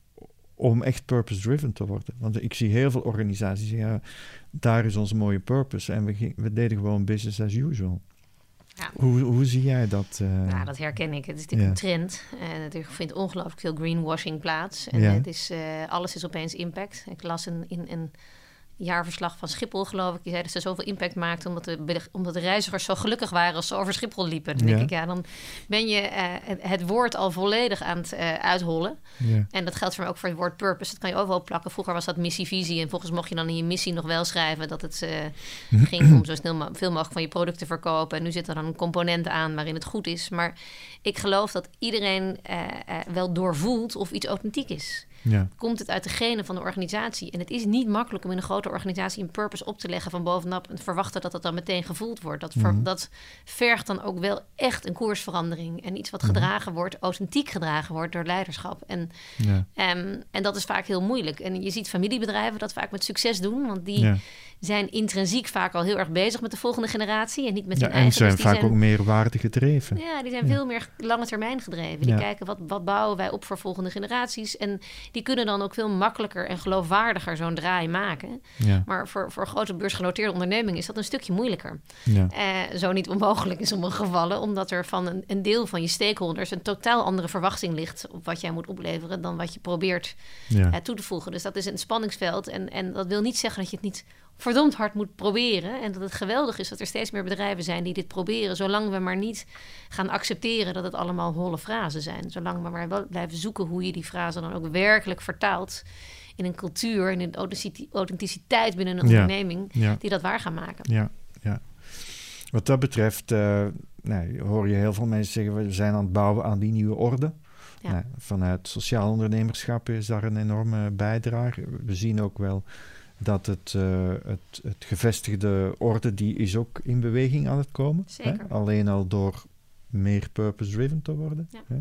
om echt purpose-driven te worden. Want ik zie heel veel organisaties zeggen, ja, daar is onze mooie purpose en we, we deden gewoon business as usual. Ja. Hoe, hoe zie jij dat? Uh... Nou, dat herken ik. Het is natuurlijk ja. een trend. En uh, er vindt ongelooflijk veel greenwashing plaats. En ja. het is, uh, alles is opeens impact. Ik las in een... een jaarverslag van Schiphol, geloof ik. Die zei dat ze zoveel impact maakten omdat de, omdat de reizigers zo gelukkig waren als ze over Schiphol liepen. Dan ja. denk ik, ja, dan ben je uh, het, het woord al volledig aan het uh, uithollen. Ja. En dat geldt voor mij ook voor het woord purpose. Dat kan je overal plakken. Vroeger was dat missie, visie. En volgens mocht je dan in je missie nog wel schrijven dat het uh, ging om zo snel mo- veel mogelijk van je producten te verkopen. En nu zit er dan een component aan waarin het goed is. Maar ik geloof dat iedereen uh, uh, wel doorvoelt of iets authentiek is. Ja. Komt het uit de genen van de organisatie? En het is niet makkelijk om in een grote organisatie een purpose op te leggen van bovenop en verwachten dat het dan meteen gevoeld wordt. Dat, ver, mm-hmm. dat vergt dan ook wel echt een koersverandering en iets wat mm-hmm. gedragen wordt, authentiek gedragen wordt door leiderschap. En, ja. um, en dat is vaak heel moeilijk. En je ziet familiebedrijven dat vaak met succes doen, want die ja. zijn intrinsiek vaak al heel erg bezig met de volgende generatie en niet met ja, hun eigen. En zijn dus vaak zijn, ook meer waarde gedreven. Ja, die zijn ja. veel meer lange termijn gedreven. Die ja. kijken wat, wat bouwen wij op voor volgende generaties en die kunnen dan ook veel makkelijker en geloofwaardiger zo'n draai maken. Ja. Maar voor, voor grote beursgenoteerde ondernemingen is dat een stukje moeilijker. Ja. Uh, zo niet onmogelijk in sommige gevallen, omdat er van een, een deel van je stakeholders een totaal andere verwachting ligt op wat jij moet opleveren dan wat je probeert ja. uh, toe te voegen. Dus dat is een spanningsveld en, en dat wil niet zeggen dat je het niet verdomd hard moet proberen. En dat het geweldig is dat er steeds meer bedrijven zijn die dit proberen, zolang we maar niet gaan accepteren dat het allemaal holle frasen zijn. Zolang we maar wel blijven zoeken hoe je die frasen dan ook werkelijk vertaalt in een cultuur en in de authenticiteit binnen een ja. onderneming ja. die dat waar gaan maken. Ja, ja. Wat dat betreft uh, nou, hoor je heel veel mensen zeggen, we zijn aan het bouwen aan die nieuwe orde. Ja. Nou, vanuit sociaal ondernemerschap is daar een enorme bijdrage. We zien ook wel dat het, uh, het, het gevestigde orde, die is ook in beweging aan het komen. Zeker. Hè? Alleen al door meer purpose-driven te worden. Ja. Hè?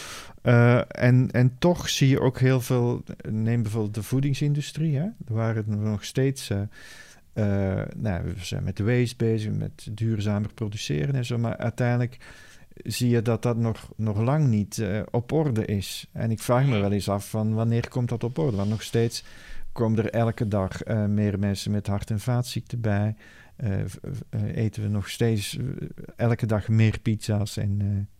Uh, en, en toch zie je ook heel veel, neem bijvoorbeeld de voedingsindustrie, hè? Waar het nog steeds, uh, uh, nou, we zijn met de waste bezig, met duurzamer produceren en zo, maar uiteindelijk zie je dat dat nog, nog lang niet uh, op orde is. En ik vraag me wel eens af van wanneer komt dat op orde? Want nog steeds komen er elke dag uh, meer mensen met hart- en vaatziekten bij. Uh, uh, eten we nog steeds uh, elke dag meer pizza's en,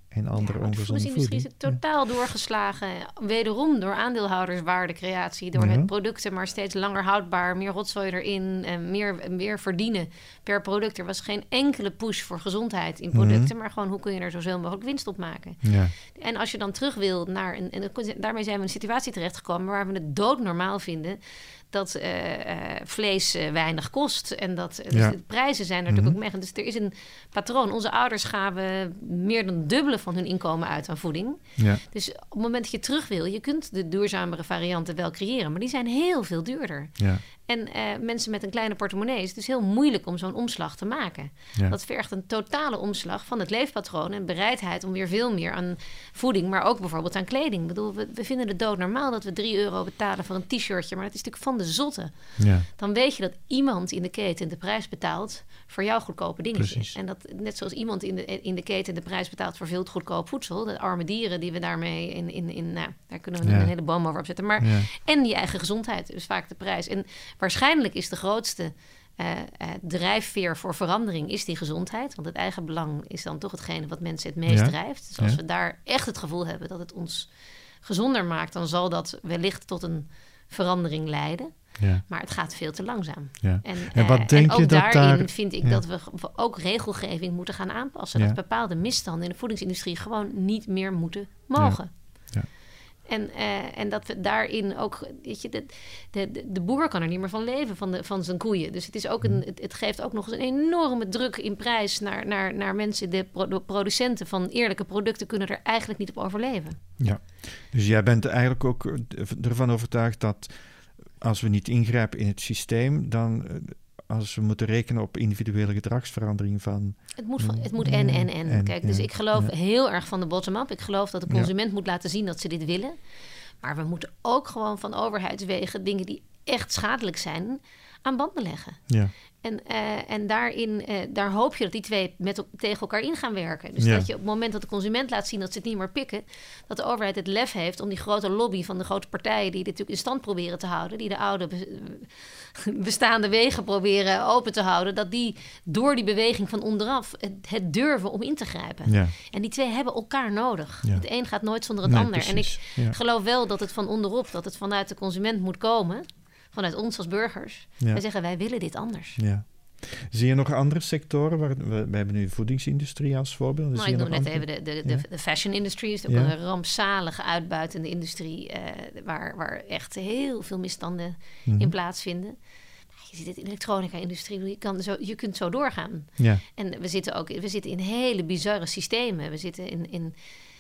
en andere ja, ongezonde voeding. De voedingsindustrie is totaal ja. doorgeslagen. Wederom door aandeelhouderswaardecreatie. Door ja. het producten maar steeds langer houdbaar. Meer rotzooi erin. En meer, meer verdienen per product. Er was geen enkele push voor gezondheid in producten. Mm-hmm. Maar gewoon hoe kun je er zoveel mogelijk winst op maken. Ja. En als je dan terug wil naar... Een, en daarmee zijn we in een situatie terechtgekomen... waar we het doodnormaal vinden... dat uh, uh, vlees uh, weinig kost. En dat uh, ja. dus de prijzen zijn er natuurlijk mm-hmm. ook mee. Dus er is een patroon. Onze ouders gaven meer dan dubbele van hun inkomen uit aan voeding. Ja. Dus op het moment dat je terug wil... je kunt de duurzamere varianten wel creëren... maar die zijn heel veel duurder. Ja. En uh, mensen met een kleine portemonnee... is het dus heel moeilijk om zo'n omslag te maken. Ja. Dat vergt een totale omslag van het leefpatroon... en bereidheid om weer veel meer aan voeding... maar ook bijvoorbeeld aan kleding. Ik bedoel, we, we vinden het doodnormaal dat we drie euro betalen... voor een t-shirtje, maar dat is natuurlijk van de zotte. Ja. Dan weet je dat iemand in de keten de prijs betaalt... voor jouw goedkope dingetjes. Precies. En dat net zoals iemand in de, in de keten de prijs betaalt... voor veel goedkoop voedsel. De arme dieren die we daarmee in... in, in nou, daar kunnen we ja. een hele boom over opzetten. Maar, ja. En die eigen gezondheid, dus vaak de prijs. En waarschijnlijk is de grootste uh, uh, drijfveer voor verandering... is die gezondheid. Want het eigen belang is dan toch hetgene wat mensen het meest ja. drijft. Dus als ja. we daar echt het gevoel hebben dat het ons gezonder maakt... dan zal dat wellicht tot een verandering leiden. Ja. Maar het gaat veel te langzaam. Ja. En, en, wat uh, denk en ook je dat daarin daar... vind ik ja. dat we ook regelgeving moeten gaan aanpassen. Ja. Dat bepaalde misstanden in de voedingsindustrie gewoon niet meer moeten mogen. Ja. Ja. En, uh, en dat we daarin ook... Weet je, de, de, de boer kan er niet meer van leven, van, de, van zijn koeien. Dus het, is ook een, het, het geeft ook nog eens een enorme druk in prijs... naar, naar, naar mensen, de, pro, de producenten van eerlijke producten... kunnen er eigenlijk niet op overleven. Ja, dus jij bent eigenlijk ook ervan overtuigd dat... als we niet ingrijpen in het systeem... dan als we moeten rekenen op individuele gedragsverandering van... Het moet, van, het moet en, en, en. en Kijk, dus ja, ik geloof ja. heel erg van de bottom-up. Ik geloof dat de consument ja. moet laten zien dat ze dit willen. Maar we moeten ook gewoon van overheidswegen... dingen die echt schadelijk zijn, aan banden leggen. Ja. En, uh, en daarin, uh, daar hoop je dat die twee met, tegen elkaar in gaan werken. Dus ja. dat je op het moment dat de consument laat zien dat ze het niet meer pikken... dat de overheid het lef heeft om die grote lobby van de grote partijen... die dit natuurlijk in stand proberen te houden... die de oude be- bestaande wegen proberen open te houden... dat die door die beweging van onderaf het, het durven om in te grijpen. Ja. En die twee hebben elkaar nodig. Ja. Het een gaat nooit zonder het nee, ander. Precies. En ik ja. geloof wel dat het van onderop, dat het vanuit de consument moet komen... vanuit ons als burgers. Ja. Wij zeggen, wij willen dit anders. Ja. Zie je nog andere sectoren? Waar, we, we hebben nu de voedingsindustrie als voorbeeld. Nou, ik noem net andere... even de, de, de, ja. de fashion industry. is ook ja. een rampzalige uitbuitende industrie... Uh, waar, waar echt heel veel misstanden mm-hmm. in plaatsvinden. Je ziet het in de elektronica-industrie. Je, kan zo, je kunt zo doorgaan. Ja. En we zitten ook we zitten in hele bizarre systemen. We zitten in... in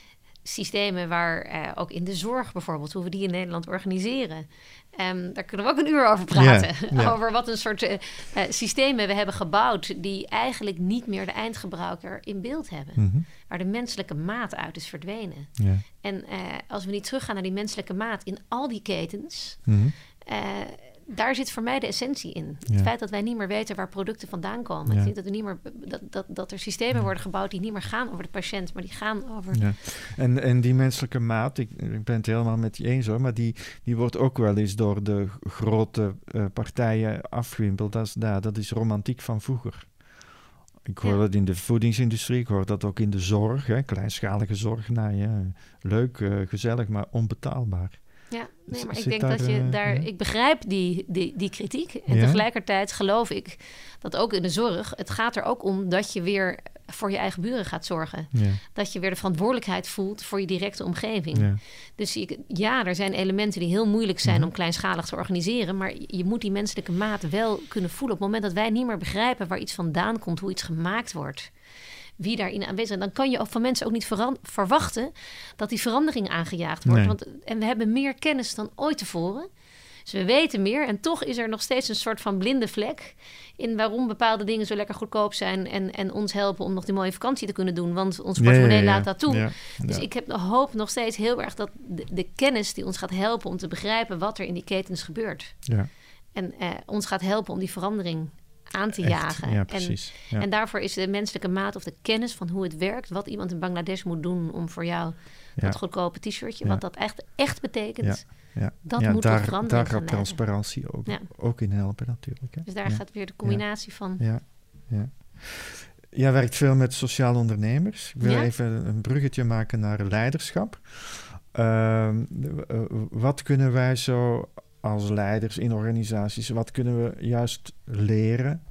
systemen waar uh, ook in de zorg bijvoorbeeld... hoe we die in Nederland organiseren. Um, daar kunnen we ook een uur over praten. Yeah, yeah. Over wat een soort uh, uh, systemen we hebben gebouwd... die eigenlijk niet meer de eindgebruiker in beeld hebben. Mm-hmm. Waar de menselijke maat uit is verdwenen. Yeah. En uh, als we niet teruggaan naar die menselijke maat... in al die ketens... Mm-hmm. Uh, daar zit voor mij de essentie in. Ja. Het feit dat wij niet meer weten waar producten vandaan komen. Ja. Ik denk dat, we niet meer, dat, dat, dat er systemen ja. worden gebouwd die niet meer gaan over de patiënt, maar die gaan over... Ja. En, en die menselijke maat, ik, ik ben het helemaal met je eens hoor, maar die, die wordt ook wel eens door de grote uh, partijen afgewimpeld. Dat is, nou, dat is romantiek van vroeger. Ik hoor ja. dat in de voedingsindustrie, ik hoor dat ook in de zorg, hè, kleinschalige zorg. Nou ja, leuk, uh, gezellig, maar onbetaalbaar. Ja, nee, maar ik denk daar, dat je daar... Ja? Ik begrijp die, die, die kritiek. En ja? tegelijkertijd geloof ik dat ook in de zorg... het gaat er ook om dat je weer voor je eigen buren gaat zorgen. Ja. Dat je weer de verantwoordelijkheid voelt voor je directe omgeving. Ja. Dus je, ja, er zijn elementen die heel moeilijk zijn... Ja. om kleinschalig te organiseren. Maar je moet die menselijke maat wel kunnen voelen. Op het moment dat wij niet meer begrijpen waar iets vandaan komt... hoe iets gemaakt wordt... wie daarin aanwezig is, dan kan je ook van mensen ook niet veran- verwachten dat die verandering aangejaagd wordt. Nee. Want, en we hebben meer kennis dan ooit tevoren. Dus we weten meer en toch is er nog steeds een soort van blinde vlek in waarom bepaalde dingen zo lekker goedkoop zijn en, en ons helpen om nog die mooie vakantie te kunnen doen. Want ons portemonnee ja, ja, ja. laat dat toe. Ja, ja. Dus ik heb hoop nog steeds heel erg dat de, de kennis die ons gaat helpen om te begrijpen wat er in die ketens gebeurt. Ja. En uh, ons gaat helpen om die verandering aan te Echt, jagen. Ja, precies. En, ja. en daarvoor is de menselijke maat of de kennis van hoe het werkt, wat iemand in Bangladesh moet doen om voor jou ja. dat goedkope t-shirtje, ja. wat dat echt, echt betekent, ja. Ja. dat ja, moet daar, tot verandering daar gaat transparantie ook, ja. ook in helpen natuurlijk. Hè? Dus daar ja. gaat weer de combinatie ja. van... Ja. Ja. jij werkt veel met sociaal ondernemers. Ik wil Ja? even een bruggetje maken naar leiderschap. Uh, wat kunnen wij zo als leiders in organisaties, wat kunnen we juist leren,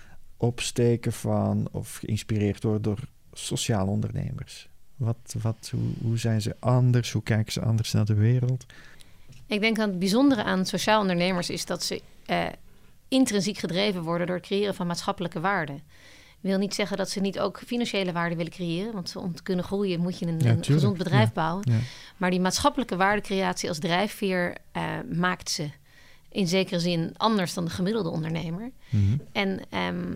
opsteken van of geïnspireerd worden door sociaal ondernemers? Wat, wat, hoe, hoe zijn ze anders? Hoe kijken ze anders naar de wereld? Ik denk dat het bijzondere aan sociaal ondernemers is dat ze uh, intrinsiek gedreven worden door het creëren van maatschappelijke waarden. Ik wil niet zeggen dat ze niet ook financiële waarden willen creëren. Want om te kunnen groeien moet je een, Ja, een gezond bedrijf ja, bouwen. ja. Maar die maatschappelijke waardecreatie als drijfveer uh, maakt ze in zekere zin anders dan de gemiddelde ondernemer. Mm-hmm. En, um,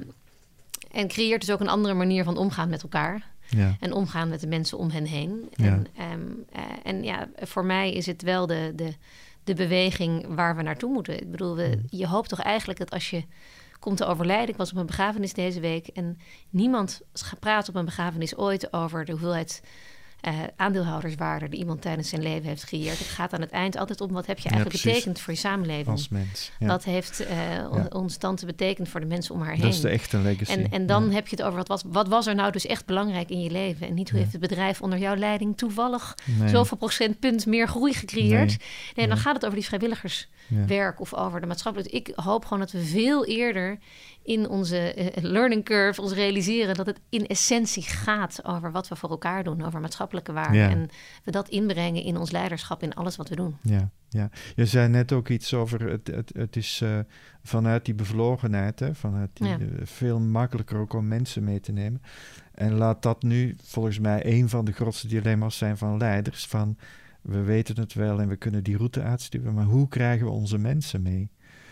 en creëert dus ook een andere manier van omgaan met elkaar. Ja. En omgaan met de mensen om hen heen. Ja. En, um, uh, en ja, voor mij is het wel de, de, de beweging waar we naartoe moeten. Ik bedoel, we, je hoopt toch eigenlijk dat als je komt te overlijden. Ik was op een begrafenis deze week en niemand praat op een begrafenis ooit over de hoeveelheid uh, aandeelhouderswaarde die iemand tijdens zijn leven heeft gecreëerd. Het gaat aan het eind altijd om wat heb je eigenlijk ja, betekend voor je samenleving. Als mens. Ja. Wat heeft uh, ja. ons tante betekend voor de mensen om haar heen. Dat is de echte legacy. En, en dan ja. heb je het over wat was, wat was er nou dus echt belangrijk in je leven. En niet hoe ja. heeft het bedrijf onder jouw leiding toevallig nee. zoveel procentpunt meer groei gecreëerd. Nee, nee dan ja. gaat het over die vrijwilligerswerk ja. of over de maatschappelijke. Ik hoop gewoon dat we veel eerder in onze uh, learning curve ons realiseren dat het in essentie gaat over wat we voor elkaar doen, over maatschappelijke waarden. Ja. En we dat inbrengen in ons leiderschap, in alles wat we doen. Ja, ja. Je zei net ook iets over, het, het, het is uh, vanuit die bevlogenheid, hè, vanuit die, ja. uh, veel makkelijker ook om mensen mee te nemen. En laat dat nu volgens mij een van de grootste dilemma's zijn van leiders, van we weten het wel en we kunnen die route uitsturen, maar hoe krijgen we onze mensen mee?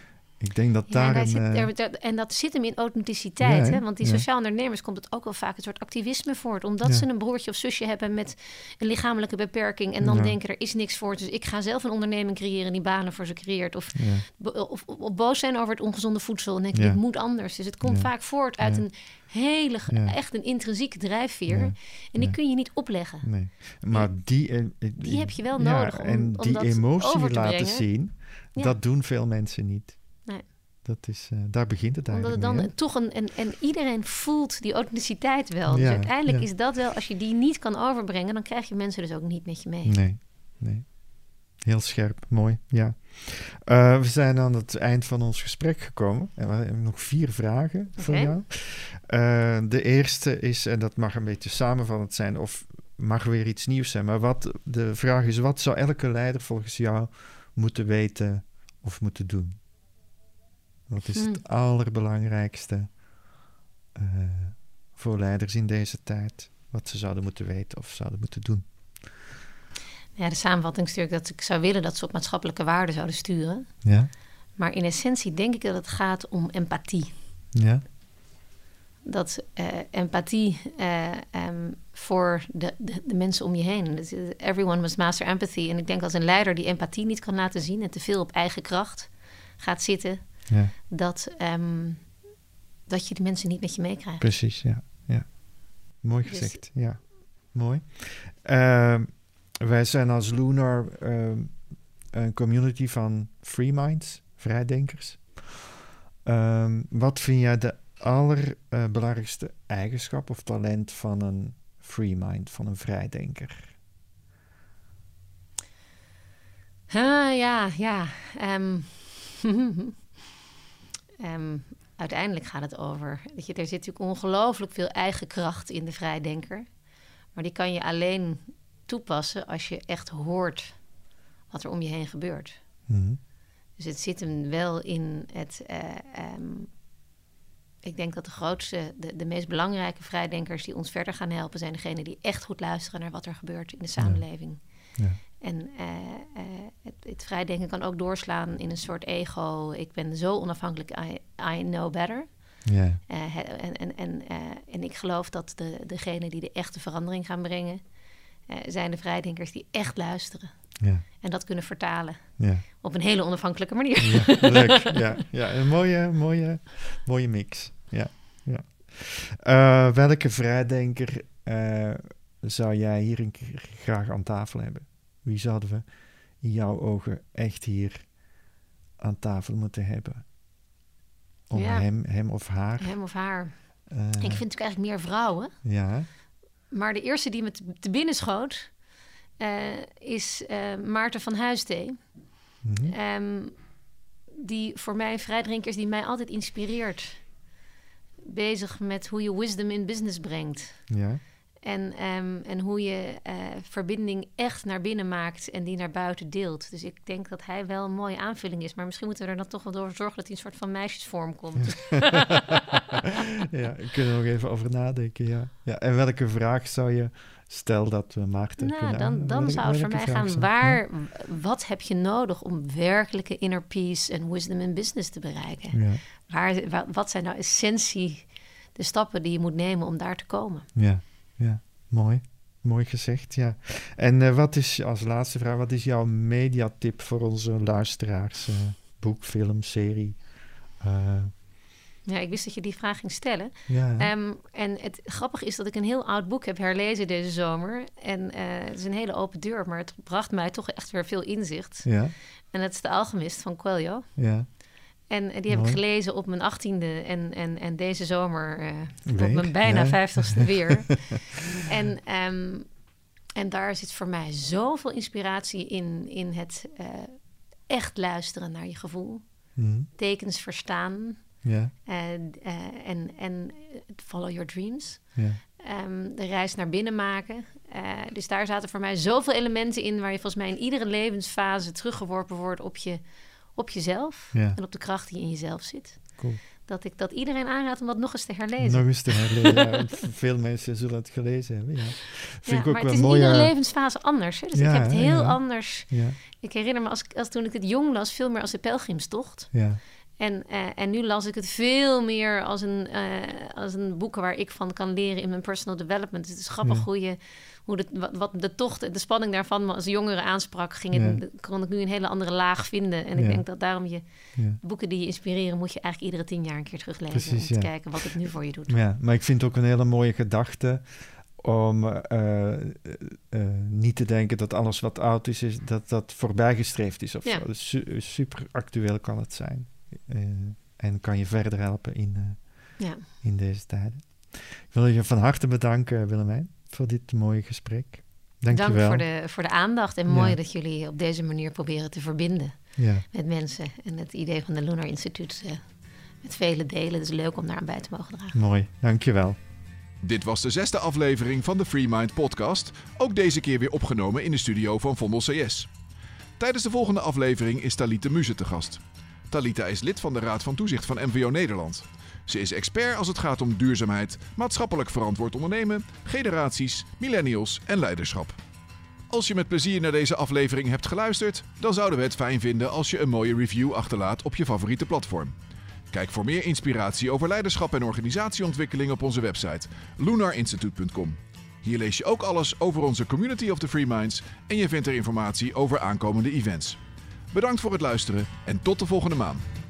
Ik denk dat daar ja, een... Zit, uh... er, er, en dat zit hem in authenticiteit. Ja, hè? Want die ja. sociaal ondernemers komt het ook wel vaak een soort activisme voort. Omdat ja. ze een broertje of zusje hebben met een lichamelijke beperking. En dan ja. denken, er is niks voor. Dus ik ga zelf een onderneming creëren die banen voor ze creëert. Of, ja. bo- of, of, of boos zijn over het ongezonde voedsel. En denken, ja. dit moet anders. Dus het komt ja. vaak voort uit ja. een hele, ja. echt een intrinsieke drijfveer. Ja. En die ja. kun je niet opleggen. Nee. Maar die... Uh, die, die heb je wel ja, nodig om, en om die dat emotie over te laten brengen. zien, ja. dat doen veel mensen niet. Nee. Dat is, uh, daar begint het Omdat eigenlijk het dan mee, toch een... En, en iedereen voelt die authenticiteit wel. Ja, dus uiteindelijk ja. is dat wel... Als je die niet kan overbrengen, dan krijg je mensen dus ook niet met je mee. Nee, nee. Heel scherp, mooi, ja. Uh, we zijn aan het eind van ons gesprek gekomen. En we hebben nog vier vragen okay. voor jou. Uh, de eerste is, en dat mag een beetje samenvallend zijn... of mag weer iets nieuws zijn. Maar wat, de vraag is, wat zou elke leider volgens jou moeten weten of moeten doen? Wat is hmm. het allerbelangrijkste uh, voor leiders in deze tijd? Wat ze zouden moeten weten of zouden moeten doen? Ja, de samenvatting is natuurlijk dat ik zou willen dat ze op maatschappelijke waarden zouden sturen. Ja. Maar in essentie denk ik dat het gaat om empathie. Ja. Dat uh, empathie uh, um, voor de, de, de mensen om je heen. Dus, uh, everyone must master empathy. En ik denk als een leider die empathie niet kan laten zien... en te veel op eigen kracht gaat zitten... Ja. Dat, um, dat je de mensen niet met je meekrijgt. Precies, ja. ja. Mooi gezegd, dus, ja. Mooi. Uh, wij zijn als Lunar uh, een community van free minds, vrijdenkers. Uh, wat vind jij de allerbelangrijkste uh, eigenschap of talent van een free mind, van een vrijdenker? Uh, ja, ja. Um, Um, uiteindelijk gaat het over... Weet je, er zit natuurlijk ongelooflijk veel eigen kracht in de vrijdenker. Maar die kan je alleen toepassen als je echt hoort wat er om je heen gebeurt. Mm-hmm. Dus het zit hem wel in het... Uh, um, ik denk dat de grootste, de, de meest belangrijke vrijdenkers die ons verder gaan helpen... zijn degenen die echt goed luisteren naar wat er gebeurt in de samenleving. Ja. Ja. En uh, uh, het, het vrijdenken kan ook doorslaan in een soort ego. Ik ben zo onafhankelijk, I, I know better. Yeah. Uh, en, en, en, uh, en ik geloof dat de, degenen die de echte verandering gaan brengen... Uh, zijn de vrijdenkers die echt luisteren. Yeah. En dat kunnen vertalen. Yeah. Op een hele onafhankelijke manier. Ja, leuk. Ja, ja, een mooie, mooie, mooie mix. Ja, ja. Uh, welke vrijdenker uh, zou jij hier een keer graag aan tafel hebben? Wie zouden we in jouw ogen echt hier aan tafel moeten hebben? Om ja. hem, hem of haar... Hem of haar. Uh, ik vind natuurlijk eigenlijk meer vrouwen. Ja. Maar de eerste die me te, te binnen schoot uh, is uh, Maarten van Huistee. Mm-hmm. Um, die voor mij een vrijdrinker is die mij altijd inspireert. Bezig met hoe je wisdom in business brengt. Ja. En, um, en hoe je uh, verbinding echt naar binnen maakt en die naar buiten deelt. Dus ik denk dat hij wel een mooie aanvulling is. Maar misschien moeten we er dan toch wel door zorgen dat hij een soort van meisjesvorm komt. Ja, ik kan er nog even over nadenken, ja. ja. En welke vraag zou je, stel dat we Maarten nou, kunnen... Dan, dan zou het voor mij gaan, zou, waar, ja? wat heb je nodig om werkelijke inner peace en wisdom in business te bereiken? Ja. Waar, waar, wat zijn nou essentie, de stappen die je moet nemen om daar te komen? Ja. Ja, mooi. Mooi gezegd, ja. En uh, wat is, als laatste vraag, wat is jouw mediatip voor onze luisteraars? Uh, boek, film, serie? Uh... Ja, ik wist dat je die vraag ging stellen. Ja. Um, en het grappige is dat ik een heel oud boek heb herlezen deze zomer. En uh, het is een hele open deur, maar het bracht mij toch echt weer veel inzicht. Ja. En dat is De Alchemist van Coelho. Ja. En die heb Mooi. ik gelezen op mijn achttiende en, en, en deze zomer uh, op mijn bijna ja. vijftigste weer. en, um, en daar zit voor mij zoveel inspiratie in, in het uh, echt luisteren naar je gevoel. Mm. Tekens verstaan. Ja. Uh, uh, en, en follow your dreams. Ja. Um, de reis naar binnen maken. Uh, dus daar zaten voor mij zoveel elementen in waar je volgens mij in iedere levensfase teruggeworpen wordt op je... op jezelf ja. en op de kracht die in jezelf zit. Cool. Dat ik dat iedereen aanraad om dat nog eens te herlezen. Nog eens te herlezen, ja. Veel mensen zullen het gelezen hebben, ja. Vind ja, ik ook maar wel het is mooi, in iedere uh... levensfase anders. Hè? Dus ja, ik heb het heel ja. anders... Ja. Ik herinner me, als, als toen ik het jong las, veel meer als de pelgrimstocht. Ja. En, uh, en nu las ik het veel meer als een, uh, als een boek waar ik van kan leren in mijn personal development. Dus het is grappig ja. hoe je... Hoe de, wat, wat de tocht en de spanning daarvan me als jongere aansprak, ging het, ja. kon ik nu een hele andere laag vinden. En ik ja. denk dat daarom je ja. boeken die je inspireren, moet je eigenlijk iedere tien jaar een keer teruglezen. Precies, om te ja. kijken wat het nu voor je doet. Ja, maar ik vind het ook een hele mooie gedachte om uh, uh, uh, niet te denken dat alles wat oud is, is dat dat voorbijgestreefd is of ja. zo. Dus su- super actueel kan het zijn. Uh, en kan je verder helpen in, uh, ja. in deze tijden. Ik wil je van harte bedanken, Willemijn, voor dit mooie gesprek. Dank Dank je wel. voor de, voor de aandacht. En mooi ja. dat jullie op deze manier proberen te verbinden ja. met mensen. En het idee van de Lunar Instituut uh, met vele delen. Het is leuk om daar aan bij te mogen dragen. Mooi, dank je wel. Dit was de zesde aflevering van de Free Mind podcast. Ook deze keer weer opgenomen in de studio van Vondel C S. Tijdens de volgende aflevering is Talita Muze te gast. Talita is lid van de Raad van Toezicht van M V O Nederland. Ze is expert als het gaat om duurzaamheid, maatschappelijk verantwoord ondernemen, generaties, millennials en leiderschap. Als je met plezier naar deze aflevering hebt geluisterd, dan zouden we het fijn vinden als je een mooie review achterlaat op je favoriete platform. Kijk voor meer inspiratie over leiderschap en organisatieontwikkeling op onze website lunar institute punt com. Hier lees je ook alles over onze Community of the Free Minds en je vindt er informatie over aankomende events. Bedankt voor het luisteren en tot de volgende maand.